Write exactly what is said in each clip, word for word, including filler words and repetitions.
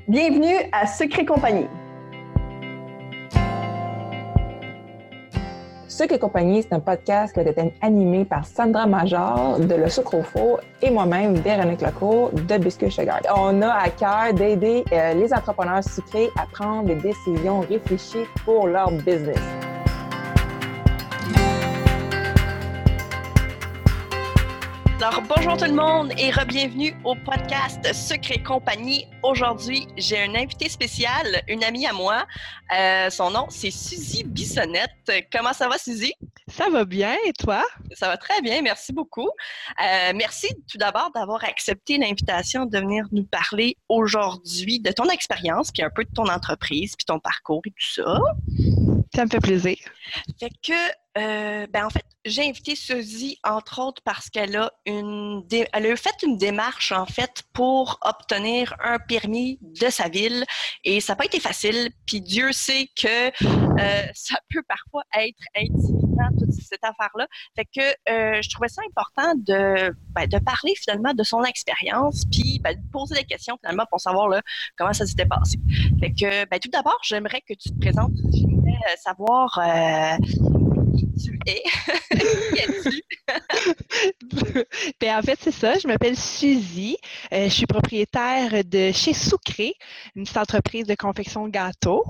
Bienvenue à Secret Compagnie. Secret Compagnie, c'est un podcast qui va être animé par Sandra Major de Le Sucre au Four et moi-même, Véronique Lecourt de Biscuit Sugar. On a à cœur d'aider euh, les entrepreneurs sucrés à prendre des décisions réfléchies pour leur business. Alors, bonjour tout le monde et re-bienvenue au podcast Secret Compagnie. Aujourd'hui, j'ai un invité spécial, une amie à moi. Euh, son nom, c'est Suzy Bissonnette. Comment ça va, Suzy? Ça va bien, et toi? Ça va très bien, merci beaucoup. Euh, merci tout d'abord d'avoir accepté l'invitation de venir nous parler aujourd'hui de ton expérience, puis un peu de ton entreprise, puis ton parcours et tout ça. Ça me fait plaisir. Fait que, euh, ben en fait, j'ai invité Suzy, entre autres, parce qu'elle a une dé- elle a fait une démarche, en fait, pour obtenir un permis de sa ville. Et ça n'a pas été facile. Puis Dieu sait que euh, ça peut parfois être intimidant, toute cette affaire-là. Fait que euh, je trouvais ça important de, ben, de parler, finalement, de son expérience, puis ben, de poser des questions, finalement, pour savoir là, comment ça s'était passé. Fait que, ben, tout d'abord, j'aimerais que tu te présentes. J'aimerais euh, savoir... Euh, tu es. Qui es-tu? Ben, en fait, c'est ça. Je m'appelle Suzy. Euh, je suis propriétaire de chez Sucré, une petite entreprise de confection de gâteaux.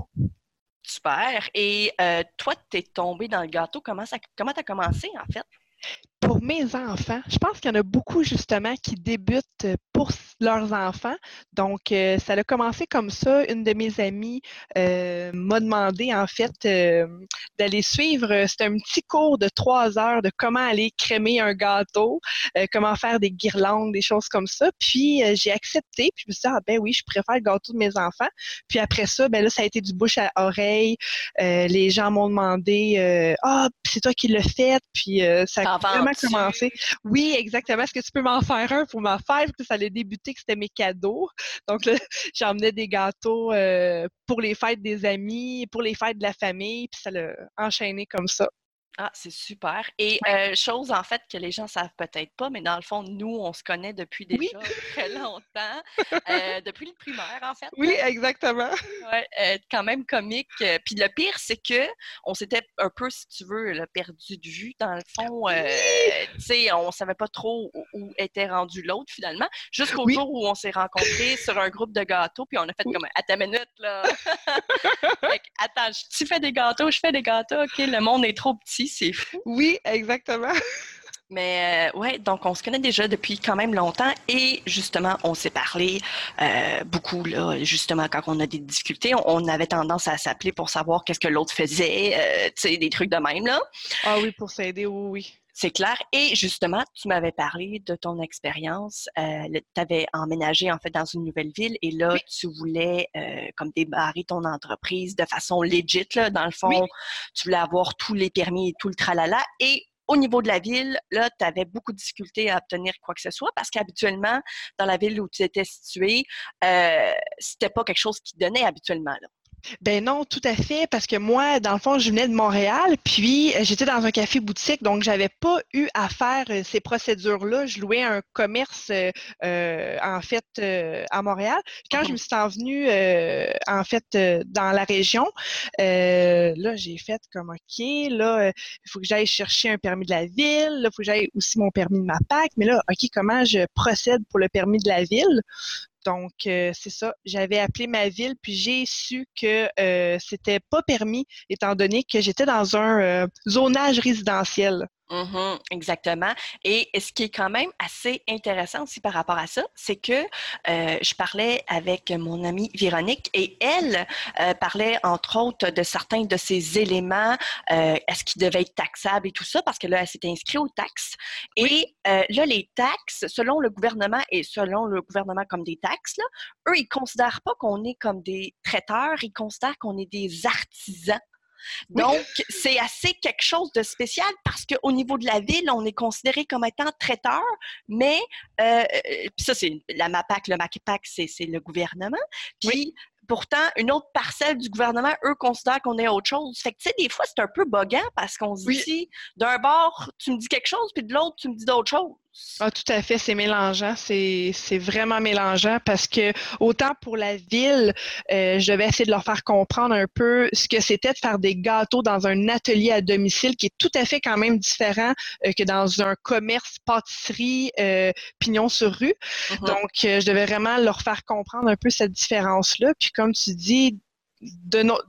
Super. Et euh, toi, tu es tombée dans le gâteau. Comment ça, comment tu as commencé, en fait? Pour mes enfants, je pense qu'il y en a beaucoup justement qui débutent pour leurs enfants. Donc, euh, ça a commencé comme ça. Une de mes amies euh, m'a demandé en fait euh, d'aller suivre. C'était un petit cours de trois heures de comment aller crémer un gâteau, euh, comment faire des guirlandes, des choses comme ça. Puis, euh, j'ai accepté. Puis, je me suis dit, ah ben oui, je préfère le gâteau de mes enfants. Puis après ça, ben là, ça a été du bouche à oreille. Euh, les gens m'ont demandé, euh, ah, c'est toi qui l'as fait. Puis, euh, ça a vraiment commencé. Oui, exactement. Est-ce que tu peux m'en faire un pour ma fête? Parce que ça allait débuter, que c'était mes cadeaux. Donc là, j'emmenais des gâteaux euh, pour les fêtes des amis, pour les fêtes de la famille, puis ça l'a enchaîné comme ça. Ah, c'est super. Et euh, chose, en fait, que les gens savent peut-être pas, mais dans le fond, nous, on se connaît depuis déjà Oui. très longtemps. euh, depuis le primaire, en fait. Oui, exactement. Ouais, euh, quand même comique. Puis le pire, c'est que on s'était un peu, si tu veux, là, perdu de vue. Dans le fond, euh, Oui. tu sais, on savait pas trop où, où était rendu l'autre, finalement. Jusqu'au Oui. jour où on s'est rencontrés sur un groupe de gâteaux, puis on a fait Oui. comme « À ta minute, là! » Fait que, attends, tu fais des gâteaux, je fais des gâteaux, OK, le monde est trop petit, c'est fou. Oui, exactement. Mais euh, ouais, donc on se connaît déjà depuis quand même longtemps et justement, on s'est parlé euh, beaucoup, là, justement, quand on a des difficultés, on, on avait tendance à s'appeler pour savoir qu'est-ce que l'autre faisait, euh, tu sais, des trucs de même, là. Ah oui, pour s'aider, oui, oui. C'est clair. Et justement, tu m'avais parlé de ton expérience. Euh, tu avais emménagé, en fait, dans une nouvelle ville et là, Oui. tu voulais euh, comme démarrer ton entreprise de façon legit, là. Dans le fond, Oui. tu voulais avoir tous les permis et tout le tralala. Et au niveau de la ville, là, tu avais beaucoup de difficultés à obtenir quoi que ce soit parce qu'habituellement, dans la ville où tu étais située, euh, c'était pas quelque chose qui donnait habituellement, là. Ben non, tout à fait, parce que moi, dans le fond, je venais de Montréal, puis euh, j'étais dans un café-boutique, donc j'avais pas eu à faire euh, ces procédures-là. Je louais un commerce, euh, euh, en fait, euh, à Montréal. Puis quand Mm-hmm. je me suis envenue, euh, en fait, euh, dans la région, euh, là, j'ai fait comme, OK, là, il euh, faut que j'aille chercher un permis de la ville, là, il faut que j'aille aussi mon permis de ma P A C, mais là, OK, comment je procède pour le permis de la ville? Donc, euh, c'est ça. J'avais appelé ma ville, puis j'ai su que euh, c'était pas permis, étant donné que j'étais dans un euh, zonage résidentiel. Mm-hmm, exactement. Et ce qui est quand même assez intéressant aussi par rapport à ça, c'est que euh, je parlais avec mon amie Véronique et elle euh, parlait entre autres de certains de ces éléments, euh, est-ce qu'ils devaient être taxables et tout ça, parce que là, elle s'était inscrite aux taxes. Et Oui. euh, là, les taxes, selon le gouvernement et selon le gouvernement comme des taxes, là, eux, ils considèrent pas qu'on est comme des traiteurs, ils considèrent qu'on est des artisans. Donc, oui. C'est assez quelque chose de spécial parce qu'au niveau de la ville, on est considéré comme étant traiteur, mais euh, puis ça, c'est la MAPAC, le MAPAC, c'est, c'est le gouvernement. Puis, oui. Pourtant, une autre parcelle du gouvernement, eux, considèrent qu'on est autre chose. Fait que, tu sais, des fois, c'est un peu boguant parce qu'on se oui. dit, d'un bord, tu me dis quelque chose, puis de l'autre, tu me dis d'autre chose. Ah, tout à fait, c'est mélangeant, c'est, c'est vraiment mélangeant parce que autant pour la ville, euh, je devais essayer de leur faire comprendre un peu ce que c'était de faire des gâteaux dans un atelier à domicile qui est tout à fait quand même différent euh, que dans un commerce pâtisserie euh, pignon sur rue. Mhm. Donc, euh, je devais vraiment leur faire comprendre un peu cette différence-là. Puis comme tu dis, de no-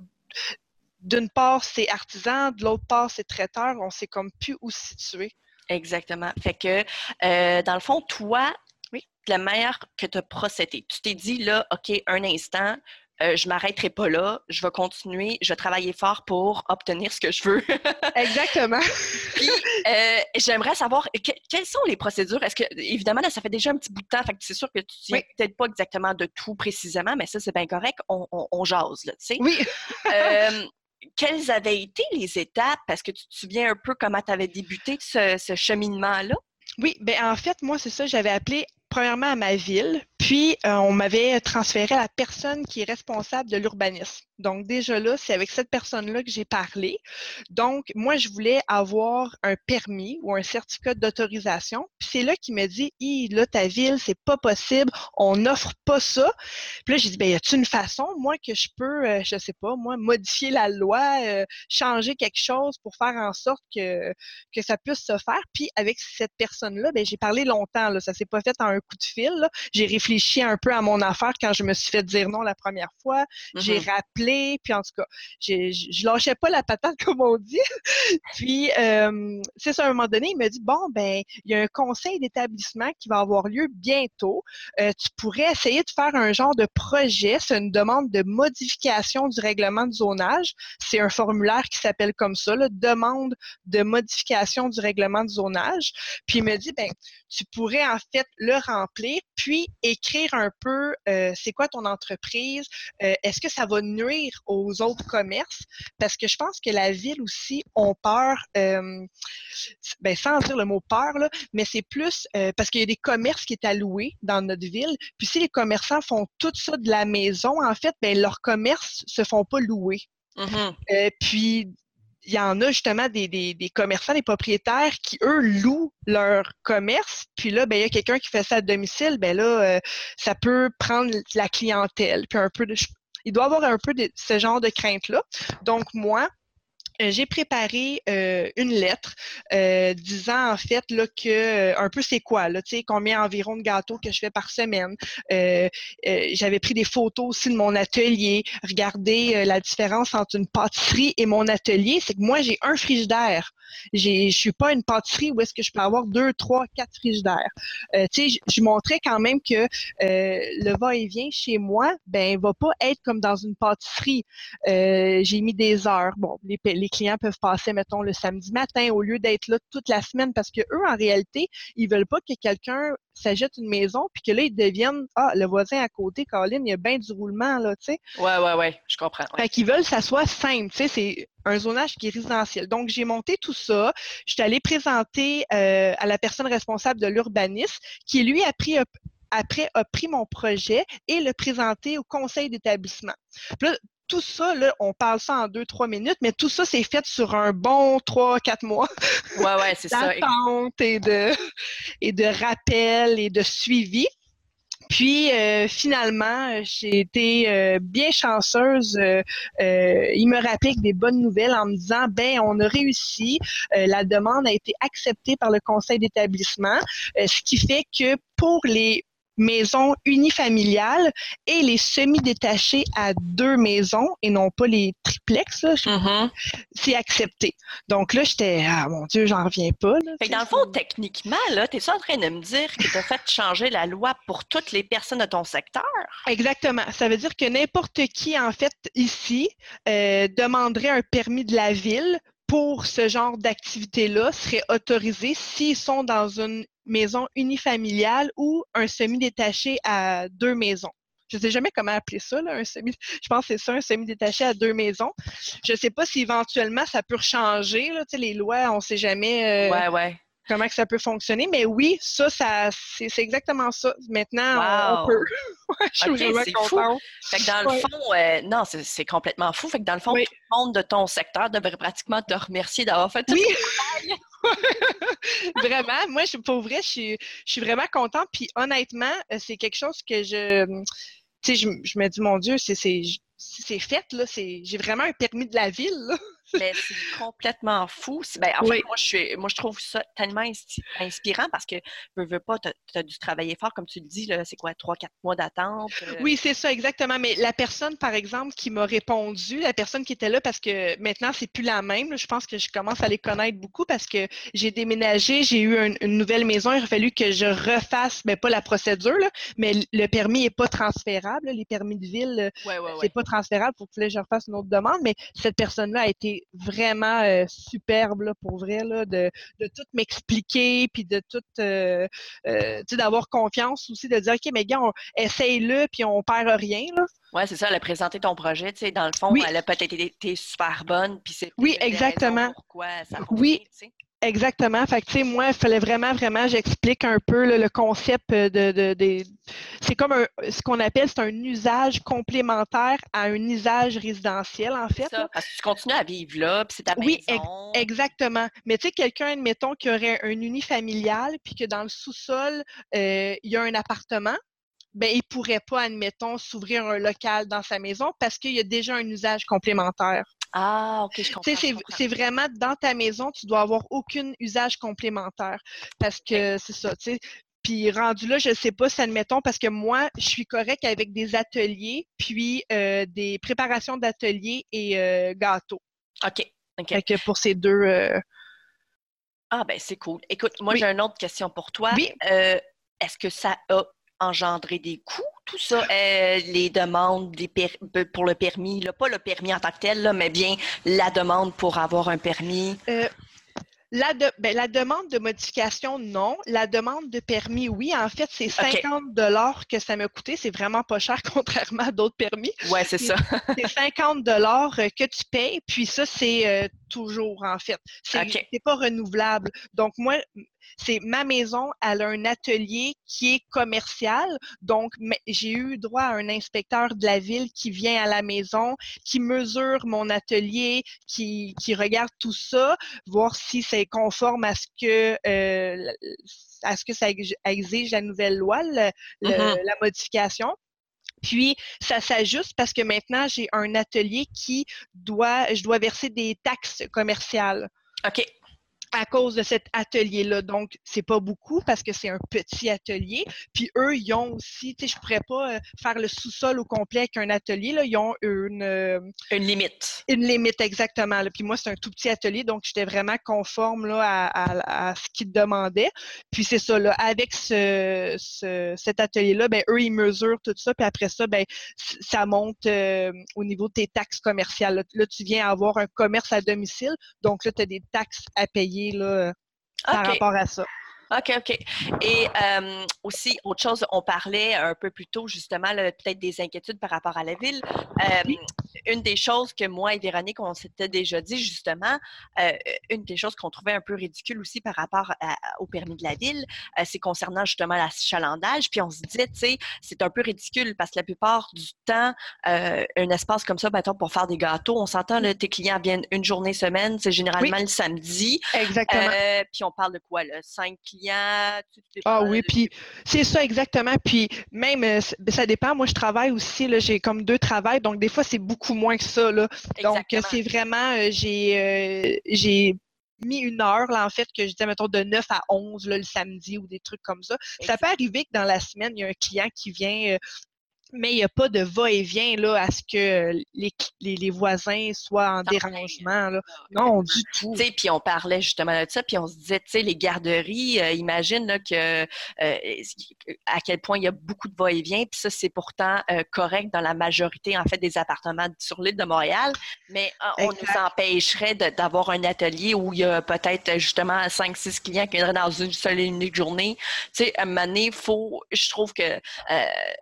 d'une part, c'est artisan, de l'autre part, c'est traiteur, on sait comme plus où se situer. Exactement. Fait que, euh, dans le fond, toi, Oui. la manière que tu as procédé, tu t'es dit, là, OK, un instant, euh, je m'arrêterai pas là, je vais continuer, je vais travailler fort pour obtenir ce que je veux. Exactement. Puis, euh, j'aimerais savoir, que- quelles sont les procédures? Est-ce que, évidemment, là, ça fait déjà un petit bout de temps, fait que c'est sûr que tu ne tiens Oui. peut-être pas exactement de tout précisément, mais ça, c'est bien correct, on, on, on jase, là, tu sais. Oui. Euh, quelles avaient été les étapes? Parce que tu te souviens un peu comment tu avais débuté ce, ce cheminement-là? Oui, ben en fait, moi, c'est ça, j'avais appelé premièrement à ma ville, puis euh, on m'avait transféré à la personne qui est responsable de l'urbanisme. Donc déjà là, c'est avec cette personne-là que j'ai parlé. Donc, moi, je voulais avoir un permis ou un certificat d'autorisation. Puis c'est là qu'il me dit, hi, là, ta ville, c'est pas possible, on n'offre pas ça. Puis là, j'ai dit, ben, y a-t-il une façon, moi, que je peux, euh, je sais pas, moi, modifier la loi, euh, changer quelque chose pour faire en sorte que, que ça puisse se faire. Puis avec cette personne-là, ben, j'ai parlé longtemps, là, ça s'est pas fait en un coup de fil, là. J'ai réfléchi un peu à mon affaire quand je me suis fait dire non la première fois. J'ai Mhm. rappelé, puis en tout cas, j'ai, je lâchais pas la patate, comme on dit. Puis, euh, c'est ça, à un moment donné, il me dit, bon, ben, il y a un conseil d'établissement qui va avoir lieu bientôt. Euh, tu pourrais essayer de faire un genre de projet. C'est une demande de modification du règlement de zonage. C'est un formulaire qui s'appelle comme ça, là, demande de modification du règlement de zonage. Puis, il me dit, ben, tu pourrais en fait le remplir, puis écrire un peu, euh, c'est quoi ton entreprise? Euh, est-ce que ça va nuire aux autres commerces? Parce que je pense que la ville aussi ont peur, euh, ben, sans dire le mot peur, là, mais c'est plus euh, parce qu'il y a des commerces qui est alloués dans notre ville. Puis si les commerçants font tout ça de la maison, en fait, ben, leurs commerces se font pas louer. Mhm. Euh, puis il y en a justement des, des, des commerçants, des propriétaires qui, eux, louent leur commerce. Puis là, ben, il y a quelqu'un qui fait ça à domicile. Ben là, euh, ça peut prendre la clientèle. Puis un peu de, il doit y avoir un peu de ce genre de crainte-là. Donc, moi, euh, j'ai préparé euh, une lettre euh, disant en fait là que euh, un peu c'est quoi là, tu sais combien environ de gâteaux que je fais par semaine. Euh, euh, j'avais pris des photos aussi de mon atelier. Regardez euh, la différence entre une pâtisserie et mon atelier, c'est que moi j'ai un frigidaire. J'ai, je suis pas une pâtisserie où est-ce que je peux avoir deux, trois, quatre frigidaires. Euh, tu sais, je montrais quand même que euh, le va-et-vient chez moi, ben va pas être comme dans une pâtisserie. Euh, j'ai mis des heures. Bon, les, les clients peuvent passer, mettons, le samedi matin au lieu d'être là toute la semaine parce que eux, en réalité, ils veulent pas que quelqu'un s'achète une maison puis que là, ils deviennent, ah, le voisin à côté, Colin, il y a bien du roulement, là, tu sais. Ouais, ouais, ouais, je comprends. Ouais. Fait qu'ils veulent que ça soit simple, tu sais, c'est un zonage qui est résidentiel. Donc, j'ai monté tout ça. Je suis allée présenter euh, à la personne responsable de l'urbanisme qui, lui, a pris, après, a pris mon projet et le présenté au conseil d'établissement. Puis là, tout ça, là, on parle ça en deux, trois minutes, mais tout ça, c'est fait sur un bon trois, quatre mois. Ouais, ouais, c'est ça. D'attente et de, et de rappel et de suivi. Puis euh, finalement, j'ai été euh, bien chanceuse. Euh, euh, il me rappelait des bonnes nouvelles en me disant, ben on a réussi, euh, la demande a été acceptée par le conseil d'établissement, euh, ce qui fait que pour les maisons unifamiliales et les semi-détachés à deux maisons et non pas les triplex, là, Mm-hmm. c'est accepté. Donc là, j'étais, ah mon Dieu, j'en reviens pas. Là, fait que dans le fond, techniquement, là, t'es en train de me dire que tu as fait changer la loi pour toutes les personnes de ton secteur? Exactement. Ça veut dire que n'importe qui, en fait, ici, euh, demanderait un permis de la ville pour ce genre d'activité-là, serait autorisé s'ils sont dans une maison unifamiliale ou un semi-détaché à deux maisons. Je ne sais jamais comment appeler ça, là, un semi. Je pense que c'est ça, un semi-détaché à deux maisons. Je ne sais pas si éventuellement ça peut changer. Là, tu sais, les lois, on ne sait jamais. Euh... Ouais, ouais. comment que ça peut fonctionner. Mais oui, ça, ça c'est, c'est exactement ça. Maintenant, wow. on, on peut. Ouais, je suis okay, vraiment c'est contente. Fou. Fait que dans ouais. le fond, euh, non, c'est, c'est complètement fou. Fait que dans le fond, oui. tout le monde de ton secteur devrait pratiquement te remercier d'avoir fait tout oui. ce travail. Vraiment, moi, je, pour vrai, je suis, je suis vraiment contente. Puis honnêtement, c'est quelque chose que je... Tu sais, je, je me dis, mon Dieu, c'est, c'est, c'est fait, là. C'est, j'ai vraiment un permis de la ville, là. Mais c'est complètement fou. Ben, en oui. fait, moi je, suis, moi, je trouve ça tellement inspirant parce que, veux, veux pas, tu as dû travailler fort, comme tu le dis, là, c'est quoi, trois, quatre mois d'attente? Euh... Oui, c'est ça, exactement. Mais la personne, par exemple, qui m'a répondu, la personne qui était là, parce que maintenant, c'est plus la même, là, je pense que je commence à les connaître beaucoup parce que j'ai déménagé, j'ai eu un, une nouvelle maison, il a fallu que je refasse, ben, pas la procédure, là, mais le permis n'est pas transférable. Là, les permis de ville, ouais, ouais, c'est ouais. pas transférable, il faut que je refasse une autre demande. Mais cette personne-là a été vraiment euh, superbe, là, pour vrai, là, de, de tout m'expliquer, puis de tout, euh, euh, tu sais, d'avoir confiance aussi, de dire, OK, mais gars, on, essaye-le, puis on perd rien, là. Oui, c'est ça, elle a présenté ton projet, tu sais, dans le fond, oui. elle a peut-être été, été super bonne, puis c'est oui, exactement. pourquoi ça a fonctionné, oui. tu sais. Exactement. Fait que, tu sais, moi, il fallait vraiment, vraiment, j'explique un peu là, le concept de, de, de c'est comme un, ce qu'on appelle, c'est un usage complémentaire à un usage résidentiel, en fait. C'est ça, parce que tu continues à vivre là, puis c'est ta oui, maison. Oui, exactement. Mais tu sais, quelqu'un, admettons, qui aurait un unifamilial, puis que dans le sous-sol, euh, il y a un appartement, ben il pourrait pas, admettons, s'ouvrir un local dans sa maison parce qu'il y a déjà un usage complémentaire. Ah, OK, je comprends. C'est, c'est vraiment dans ta maison, tu dois avoir aucun usage complémentaire parce que okay. c'est ça, tu sais. Puis rendu là, je ne sais pas si, admettons, parce que moi, je suis correcte avec des ateliers, puis euh, des préparations d'ateliers et euh, gâteaux. OK. OK. Fait que pour ces deux... Euh... Ah, ben c'est cool. Écoute, moi, oui. j'ai une autre question pour toi. Oui. Euh, est-ce que ça a engendré des coûts, tout ça, euh, les demandes des per- pour le permis, là, pas le permis en tant que tel, là, mais bien la demande pour avoir un permis? Euh, la, de, ben, la demande de modification, non. La demande de permis, oui. En fait, c'est cinquante dollars okay. que ça m'a coûté. C'est vraiment pas cher, contrairement à d'autres permis. Oui, c'est, c'est ça. C'est cinquante dollars que tu payes, puis ça, c'est euh, toujours, en fait. C'est, okay. c'est pas renouvelable. Donc, moi, c'est ma maison, elle a un atelier qui est commercial. Donc, j'ai eu droit à un inspecteur de la ville qui vient à la maison, qui mesure mon atelier, qui, qui regarde tout ça, voir si c'est conforme à ce que euh, à ce que ça exige la nouvelle loi, le, le, mm-hmm. la modification. Puis, ça s'ajuste parce que maintenant, j'ai un atelier qui doit, je dois verser des taxes commerciales. OK. À cause de cet atelier-là. Donc, c'est pas beaucoup parce que c'est un petit atelier. Puis eux, ils ont aussi, tu sais, je pourrais pas faire le sous-sol au complet avec un atelier, là. Ils ont une... Euh, une limite. Une limite, exactement. Là. Puis moi, c'est un tout petit atelier, donc j'étais vraiment conforme là, à, à, à ce qu'ils demandaient. Puis c'est ça, là, avec ce, ce, cet atelier-là, ben eux, ils mesurent tout ça. Puis après ça, ben ça monte euh, au niveau de tes taxes commerciales. Là, là, tu viens avoir un commerce à domicile, donc là, tu as des taxes à payer là, par okay. rapport à ça. OK, OK. Et euh, aussi, autre chose, on parlait un peu plus tôt, justement, là, peut-être des inquiétudes par rapport à la ville. Euh, oui. Une des choses que moi et Véronique, on s'était déjà dit, justement, euh, une des choses qu'on trouvait un peu ridicule aussi par rapport à, au permis de la ville, euh, c'est concernant justement l'achalandage. Puis on se disait, tu sais, c'est un peu ridicule parce que la plupart du temps, euh, un espace comme ça, mettons, pour faire des gâteaux, on s'entend, là, tes clients viennent une journée semaine, c'est généralement oui. le samedi. Exactement. Euh, puis on parle de quoi, là? Cinq clients? Tu ah oui, puis c'est ça exactement. Puis même, ça dépend. Moi, je travaille aussi, là, j'ai comme deux travails, donc des fois, c'est beaucoup moins que ça. Là. Donc, c'est vraiment, euh, j'ai, euh, j'ai mis une heure, là, en fait, que je disais, mettons, de neuf à onze, là, le samedi ou des trucs comme ça. Exactement. Ça peut arriver que dans la semaine, il y a un client qui vient... Euh, mais il n'y a pas de va-et-vient là, à ce que les, les, les voisins soient en dérangement. Là. Non, du tout. Puis on parlait justement de ça, puis on se disait, tu sais, les garderies, euh, imagine là, que, euh, à quel point il y a beaucoup de va-et-vient, puis ça, c'est pourtant euh, correct dans la majorité, en fait, des appartements sur l'île de Montréal, mais euh, on nous empêcherait de, d'avoir un atelier où il y a peut-être justement cinq six clients qui viendraient dans une seule et unique journée. Tu sais, à un moment donné, il faut, je trouve que... Euh,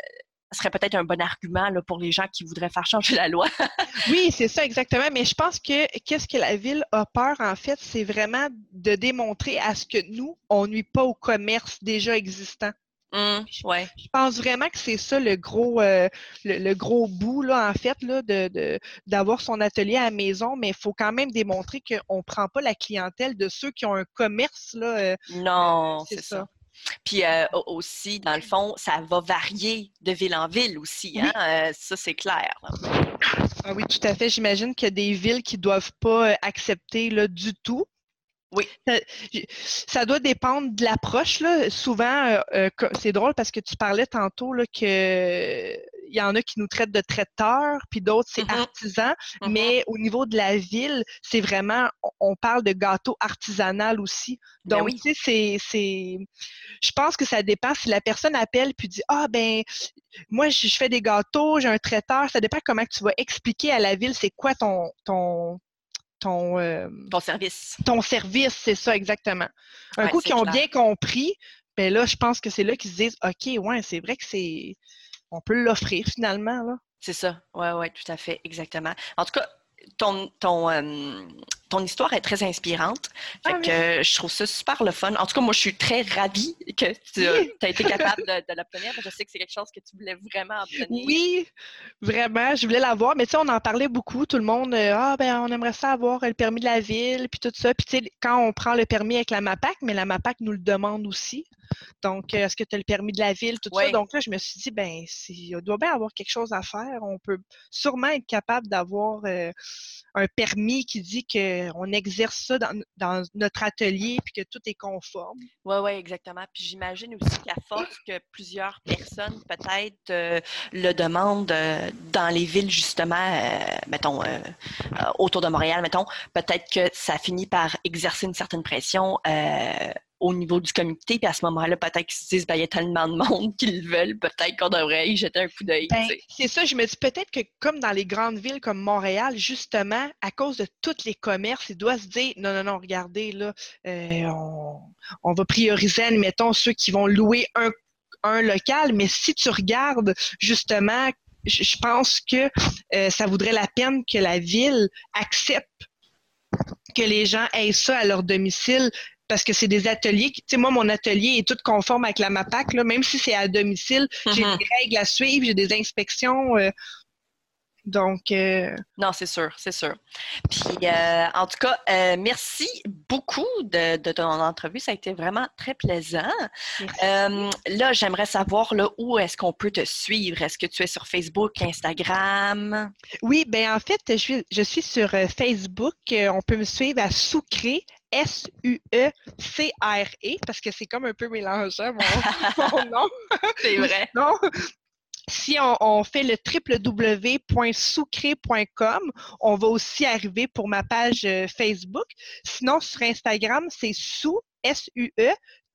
serait peut-être un bon argument là, pour les gens qui voudraient faire changer la loi. Oui, c'est ça exactement. Mais je pense que qu'est-ce que la Ville a peur, en fait, c'est vraiment de démontrer à ce que nous, on nuit pas au commerce déjà existant. Mmh, ouais. Je pense vraiment que c'est ça le gros euh, le, le gros bout, là, en fait, là, de, de, d'avoir son atelier à la maison, mais il faut quand même démontrer qu'on ne prend pas la clientèle de ceux qui ont un commerce. Là, euh, non, euh, c'est, c'est ça. ça. Puis euh, aussi, dans le fond, ça va varier de ville en ville aussi. Hein? Oui. Euh, ça, c'est clair. Là. Ah oui, tout à fait. J'imagine qu'il y a des villes qui ne doivent pas accepter là, du tout. Oui. Ça, ça doit dépendre de l'approche. Là. Souvent, euh, c'est drôle parce que tu parlais tantôt là, que il y en a qui nous traitent de traiteurs, puis d'autres, c'est mm-hmm. artisans. Mm-hmm. Mais au niveau de la ville, c'est vraiment, on parle de gâteau artisanal aussi. Donc, oui. tu sais, c'est, c'est... Je pense que ça dépend si la personne appelle puis dit « Ah, ben, moi, je fais des gâteaux, j'ai un traiteur. » Ça dépend comment tu vas expliquer à la ville c'est quoi ton... ton Ton, euh, ton service. Ton service, c'est ça, exactement. Un ouais, coup qu'ils ont clair. bien compris, ben là, je pense que c'est là qu'ils se disent OK, ouais, c'est vrai que c'est. On peut l'offrir finalement. Là. C'est ça. Oui, oui, tout à fait, exactement. En tout cas, ton, ton, euh, ton histoire est très inspirante. Fait ah, que euh, je trouve ça super le fun. En tout cas, moi, je suis très ravie que tu oui. as été capable de, de l'obtenir. Je sais que c'est quelque chose que tu voulais vraiment obtenir. Oui, vraiment. Je voulais l'avoir. Mais tu sais, on en parlait beaucoup. Tout le monde, euh, ah, ben, on aimerait ça avoir le permis de la ville, puis tout ça. Puis tu sais, quand on prend le permis avec la MAPAC, mais la MAPAC nous le demande aussi. Donc, est-ce que tu as le permis de la ville, tout oui. ça? Donc là, je me suis dit, ben, il doit bien avoir quelque chose à faire. On peut sûrement être capable d'avoir euh, un permis qui dit qu'on exerce ça dans, dans notre atelier puis que tout est conforme. Oui, oui, exactement. Puis j'imagine aussi qu'à force que plusieurs personnes peut-être euh, le demandent euh, dans les villes, justement, euh, mettons, euh, euh, autour de Montréal, mettons, peut-être que ça finit par exercer une certaine pression euh, au niveau du comité, puis à ce moment-là, peut-être qu'ils se disent, ben, il y a tellement de monde qu'ils le veulent, peut-être qu'on devrait y jeter un coup d'œil. Ben, c'est ça, je me dis peut-être que comme dans les grandes villes comme Montréal, justement, à cause de tous les commerces, ils doivent se dire, non, non, non, regardez, là, euh, on, on va prioriser, admettons, ceux qui vont louer un, un local, mais si tu regardes, justement, je, je pense que euh, ça vaudrait la peine que la ville accepte que les gens aient ça à leur domicile, parce que c'est des ateliers, tu sais, moi, mon atelier est tout conforme avec la MAPAC, là, même si c'est à domicile, mm-hmm. j'ai des règles à suivre, j'ai des inspections, euh, donc... Euh... Non, c'est sûr, c'est sûr. Puis, euh, en tout cas, euh, merci beaucoup de, de ton entrevue, ça a été vraiment très plaisant. Euh, là, j'aimerais savoir, là, où est-ce qu'on peut te suivre? Est-ce que tu es sur Facebook, Instagram? Oui, bien, en fait, je suis, je suis sur Facebook, on peut me suivre à Sucré, S U E C R E, parce que c'est comme un peu mélangeant, mon, mon nom. C'est vrai. Non. Si on, on fait le w w w point sucré point com, on va aussi arriver pour ma page Facebook. Sinon, sur Instagram, c'est sous, S U E,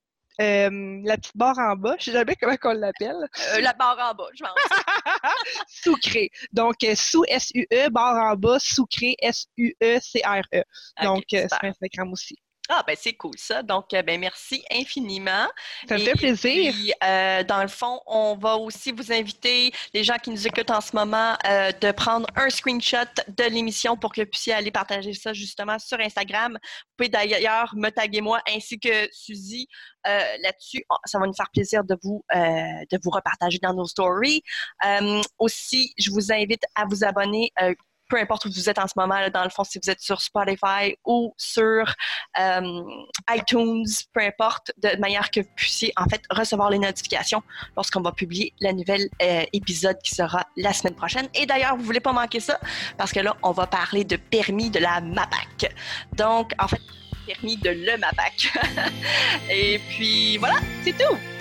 euh, la petite barre en bas. Je ne sais jamais comment on l'appelle. Euh, la barre en bas, je pense. Sucré. Donc, sous, S U E, barre en bas, Sucré, S U E C R E. Donc, okay, sur Instagram aussi. Ah, ben c'est cool ça. Donc, ben merci infiniment. Ça me fait plaisir. Puis, euh, dans le fond, on va aussi vous inviter, les gens qui nous écoutent en ce moment, euh, de prendre un screenshot de l'émission pour que vous puissiez aller partager ça justement sur Instagram. Vous pouvez d'ailleurs me taguer moi ainsi que Suzy euh, là-dessus. Ça va nous faire plaisir de vous, euh, de vous repartager dans nos stories. Euh, aussi, je vous invite à vous abonner euh, peu importe où vous êtes en ce moment, là, dans le fond, si vous êtes sur Spotify ou sur euh, iTunes, peu importe, de manière que vous puissiez, en fait, recevoir les notifications lorsqu'on va publier le nouvel euh, épisode qui sera la semaine prochaine. Et d'ailleurs, vous ne voulez pas manquer ça, parce que là, on va parler de permis de la MAPAC. Donc, en fait, permis de le MAPAC. Et puis, voilà, c'est tout!